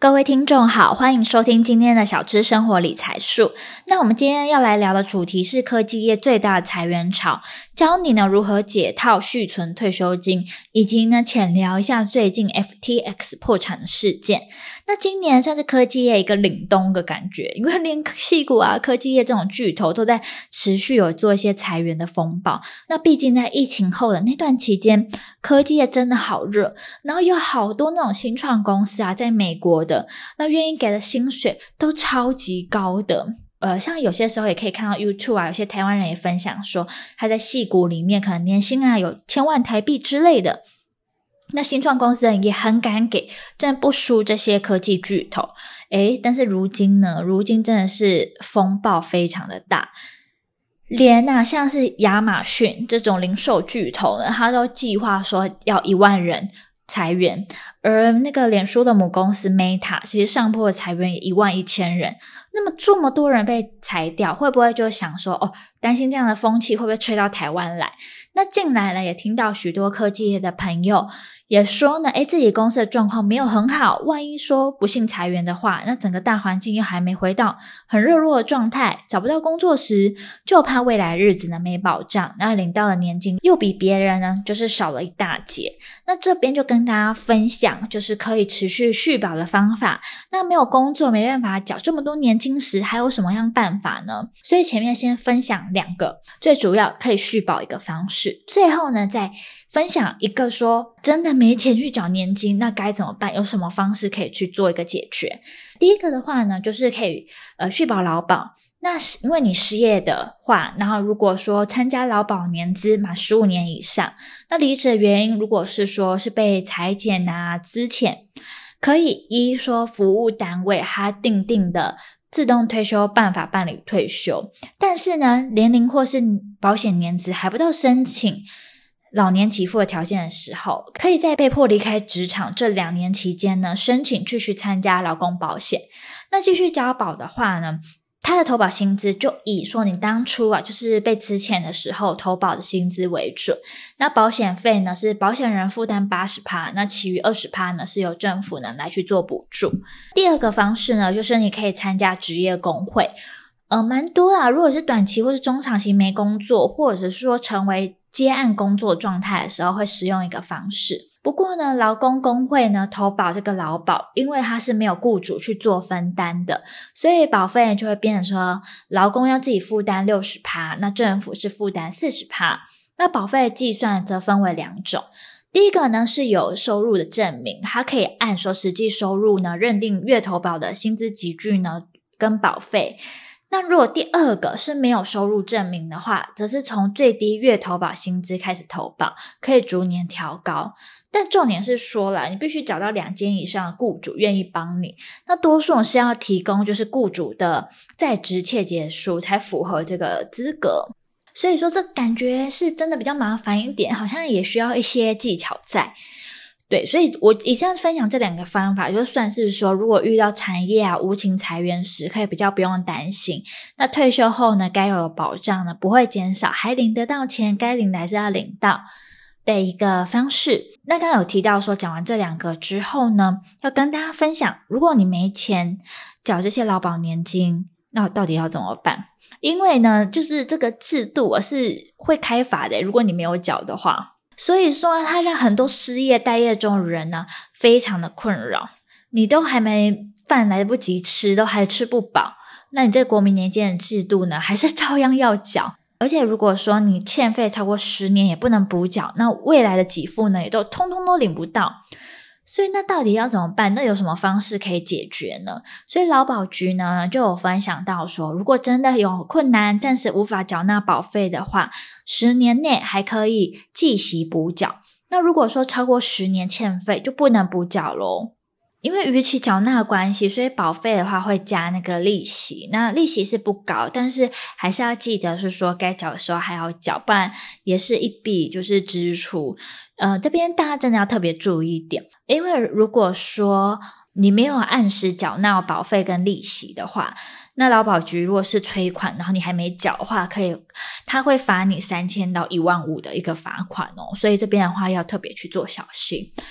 各位听众好，欢迎收听今天的小资生活理财树。那我们今天要来聊的主题是科技业最大的裁员潮，教你呢如何解套续存退休金，以及呢浅聊一下最近 FTX 破产的事件。那今年算是科技业一个凛冬的感觉，因为连矽谷啊科技业这种巨头都在持续有做一些裁员的风暴。那毕竟在疫情后的那段期间，科技业真的好热，然后有好多那种新创公司啊，在美国的那愿意给的薪水都超级高的。像有些时候也可以看到 YouTube 啊，有些台湾人也分享说他在矽谷里面可能年薪啊有1000万台币之类的。那新创公司人也很敢给，真的不输这些科技巨头。但是如今真的是风暴非常的大，连像是亚马逊这种零售巨头呢，他都计划说要1万人裁员，而那个脸书的母公司 Meta 其实上波的裁员也11000人。那么这么多人被裁掉，会不会就想说担心这样的风气会不会吹到台湾来？那近来呢，也听到许多科技业的朋友也说呢，自己公司的状况没有很好，万一说不幸裁员的话，那整个大环境又还没回到很热络的状态，找不到工作时，就怕未来日子呢没保障，那领到的年金又比别人呢就是少了一大截。那这边就跟大家分享就是可以持续续保的方法。那没有工作没办法缴这么多年金时，还有什么样办法呢？所以前面先分享2个最主要可以续保一个方式，最后呢再分享一个说真的没钱去缴年金，那该怎么办？有什么方式可以去做一个解决？第一个的话呢，就是可以续保劳保。那因为你失业的话，然后如果说参加劳保年资满15年以上，那离职的原因如果是说是被裁减啊资遣，可以依说服务单位他订定的自动退休办法办理退休。但是呢，年龄或是保险年资还不到申请老年给付的条件的时候，可以在被迫离开职场这2年期间呢，申请继续参加劳工保险。那继续交保的话呢，他的投保薪资就以说你当初就是被资遣的时候投保的薪资为准。那保险费呢是保险人负担 80%， 那其余 20% 呢是由政府呢来去做补助。第二个方式呢，就是你可以参加职业工会。蛮多如果是短期或是中长期没工作，或者是说成为接案工作状态的时候，会使用一个方式。不过呢，劳工工会呢投保这个劳保，因为它是没有雇主去做分担的，所以保费就会变成说劳工要自己负担 60%， 那政府是负担 40%。 那保费计算则分为2种。第一个呢是有收入的证明，它可以按说实际收入呢认定月投保的薪资集聚呢跟保费。那如果第二个是没有收入证明的话，则是从最低月投保薪资开始投保，可以逐年调高。但重点是说了，你必须找到2间以上的雇主愿意帮你。那多数是要提供就是雇主的在职切结书才符合这个资格。所以说这感觉是真的比较麻烦一点，好像也需要一些技巧在。对，所以我以上分享这2个方法，就算是说如果遇到产业无情裁员时，可以比较不用担心。那退休后呢，该有的保障呢不会减少，还领得到钱，该领的还是要领到的一个方式。那刚刚有提到说讲完这2个之后呢，要跟大家分享，如果你没钱缴这些劳保年金，那到底要怎么办？因为呢就是这个制度是会开罚的，如果你没有缴的话。所以说它让很多失业待业中的人呢非常的困扰。你都还没饭来不及吃，都还吃不饱，那你这个国民年金的制度呢还是照样要缴。而且如果说你欠费超过10年也不能补缴，那未来的给付呢也都通通都领不到。所以那到底要怎么办？那有什么方式可以解决呢？所以劳保局呢就有分享到说，如果真的有困难，暂时无法缴纳保费的话，10年内还可以计息补缴。那如果说超过10年欠费，就不能补缴咯。因为逾期缴纳的关系，所以保费的话会加那个利息。那利息是不高，但是还是要记得是说该缴的时候还要缴，不然也是一笔就是支出。这边大家真的要特别注意一点，因为如果说你没有按时缴纳保费跟利息的话，那劳保局如果是催款，然后你还没缴的话，他会罚你3000到15000的一个罚款哦。所以这边的话要特别去做小心。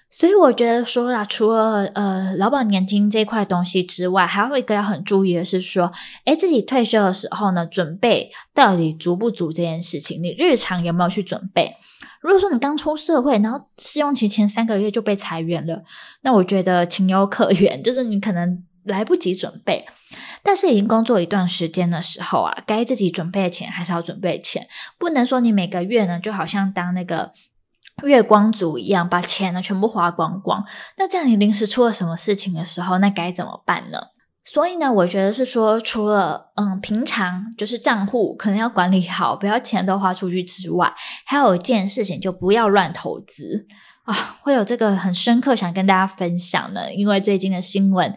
所以我觉得说啦，除了劳保年金这块东西之外，还有一个要很注意的是说，自己退休的时候呢，准备到底足不足这件事情，你日常有没有去准备？如果说你刚出社会，然后试用期前3个月就被裁员了，那我觉得情有可原，就是你可能来不及准备。但是已经工作一段时间的时候啊，该自己准备的钱还是要准备钱，不能说你每个月呢就好像当那个月光族一样，把钱呢全部花光光。那这样你临时出了什么事情的时候，那该怎么办呢？所以呢，我觉得是说，除了平常就是账户可能要管理好，不要钱都花出去之外，还有一件事情就不要乱投资啊。会有这个很深刻想跟大家分享呢，因为最近的新闻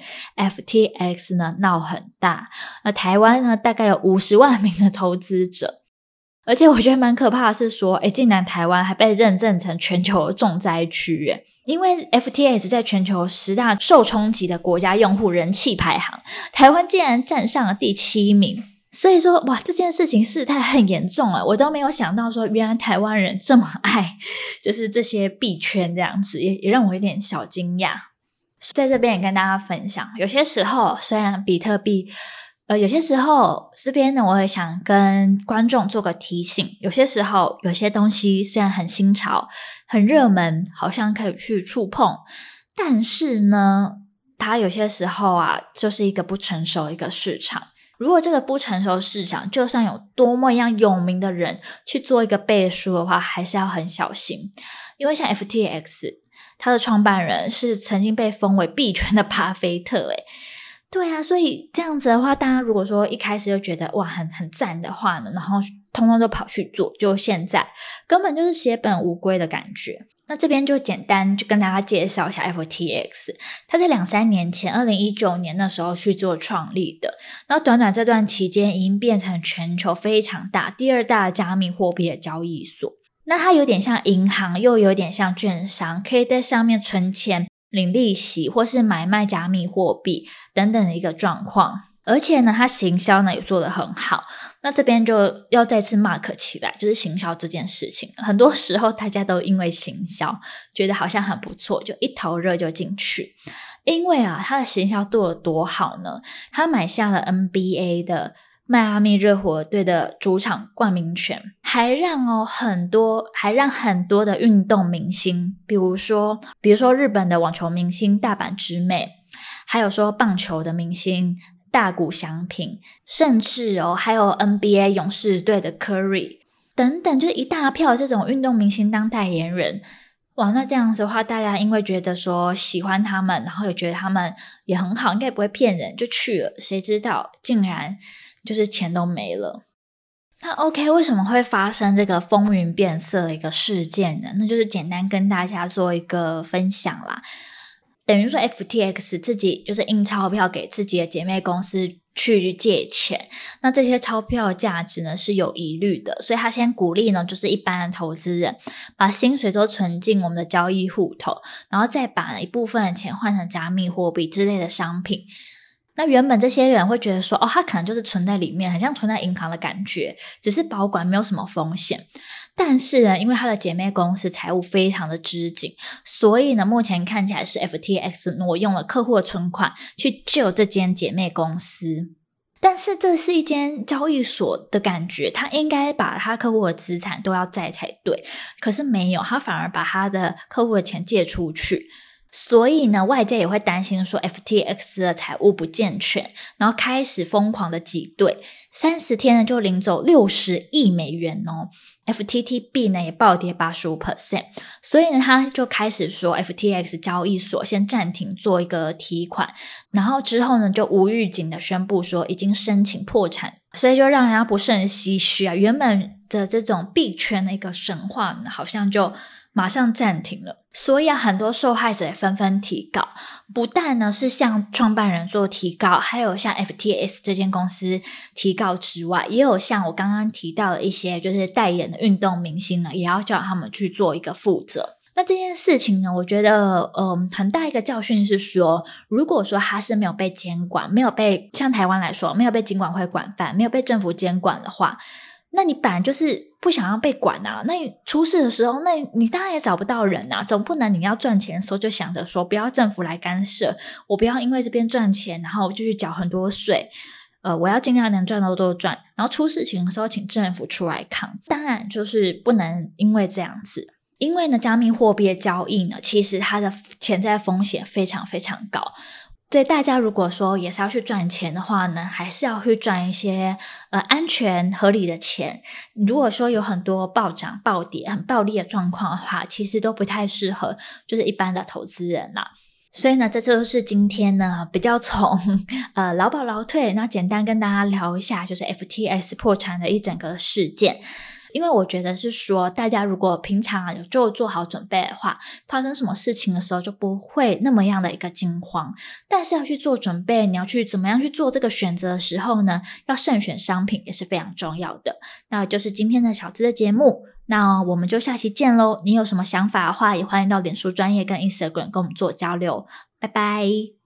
FTX 呢闹很大，台湾呢大概有50万名的投资者。而且我觉得蛮可怕的是说，竟然台湾还被认证成全球重灾区耶，因为 FTX 在全球10大受冲击的国家用户人气排行，台湾竟然站上了第7名。所以说哇，这件事情事态很严重了，我都没有想到说原来台湾人这么爱就是这些币圈这样子，也让我有点小惊讶。在这边也跟大家分享，有些时候虽然比特币有些时候这边呢，我也想跟观众做个提醒，有些时候有些东西虽然很新潮很热门，好像可以去触碰，但是呢它有些时候啊就是一个不成熟的一个市场。如果这个不成熟市场就算有多么样有名的人去做一个背书的话，还是要很小心。因为像 FTX 它的创办人是曾经被封为币圈的巴菲特对啊，所以这样子的话，大家如果说一开始就觉得哇很赞的话呢，然后通通都跑去做，就现在根本就是血本无归的感觉。那这边就简单就跟大家介绍一下 FTX， 它在2-3年前2019年那时候去做创立的，然后短短这段期间已经变成全球非常大第2大的加密货币的交易所。那它有点像银行，又有点像券商，可以在上面存钱领利息或是买卖加密货币等等的一个状况。而且呢它行销呢也做得很好，那这边就要再次 mark 起来，就是行销这件事情，很多时候大家都因为行销觉得好像很不错，就一头热就进去。因为啊它的行销做得多好呢，他买下了 NBA 的迈阿密热火队的主场冠名权，还让很多的运动明星，比如说日本的网球明星大阪直美，还有说棒球的明星大谷翔平，甚至还有 NBA 勇士队的 Curry 等等，就一大票这种运动明星当代言人。哇，那这样子的话，大家因为觉得说喜欢他们，然后也觉得他们也很好，应该不会骗人，就去了，谁知道竟然就是钱都没了。那 OK， 为什么会发生这个风云变色的一个事件呢？那就是简单跟大家做一个分享啦。等于说 FTX 自己就是印钞票给自己的姐妹公司去借钱，那这些钞票的价值呢是有疑虑的，所以他先鼓励呢就是一般的投资人把薪水都存进我们的交易户头，然后再把一部分的钱换成加密货币之类的商品。那原本这些人会觉得说他可能就是存在里面，很像存在银行的感觉，只是保管没有什么风险。但是呢，因为他的姐妹公司财务非常的吃紧，所以呢目前看起来是 FTX 挪用了客户的存款去救这间姐妹公司。但是这是一间交易所的感觉，他应该把他客户的资产都要在才对，可是没有，他反而把他的客户的钱借出去。所以呢外界也会担心说 FTX 的财务不健全，然后开始疯狂的挤兑，30天呢就领走60亿美元FTT 币呢也暴跌 85%， 所以呢他就开始说 FTX 交易所先暂停做一个提款，然后之后呢就无预警的宣布说已经申请破产，所以就让人家不是很唏嘘啊，原本的这种币圈的一个神话呢好像就马上暂停了。所以很多受害者也纷纷提告，不但呢是向创办人做提告，还有向 FTX 这间公司提告之外，也有像我刚刚提到的一些就是代言的运动明星呢，也要叫他们去做一个负责。那这件事情呢，我觉得很大一个教训是说，如果说他是没有被监管，没有被像台湾来说没有被金管会管范，没有被政府监管的话， 那你本来就是不想要被管啊，那你出事的时候，那你当然也找不到人啊，总不能你要赚钱的时候就想着说不要政府来干涉，我不要因为这边赚钱然后我就去缴很多税，我要尽量能赚到多赚，然后出事情的时候请政府出来扛，当然就是不能因为这样子。因为呢，加密货币的交易呢，其实它的潜在风险非常非常高，所以大家如果说也是要去赚钱的话呢，还是要去赚一些安全合理的钱。如果说有很多暴涨暴跌很暴利的状况的话，其实都不太适合就是一般的投资人啦。所以呢，这就是今天呢比较从劳保劳退，那简单跟大家聊一下就是 FTX 破产的一整个事件。因为我觉得是说大家如果平常有就做好准备的话，发生什么事情的时候就不会那么样的一个惊慌，但是要去做准备，你要去怎么样去做这个选择的时候呢，要慎选商品也是非常重要的。那就是今天的小资的节目，那我们就下期见咯。你有什么想法的话，也欢迎到脸书专页跟 Instagram 跟我们做交流。拜拜。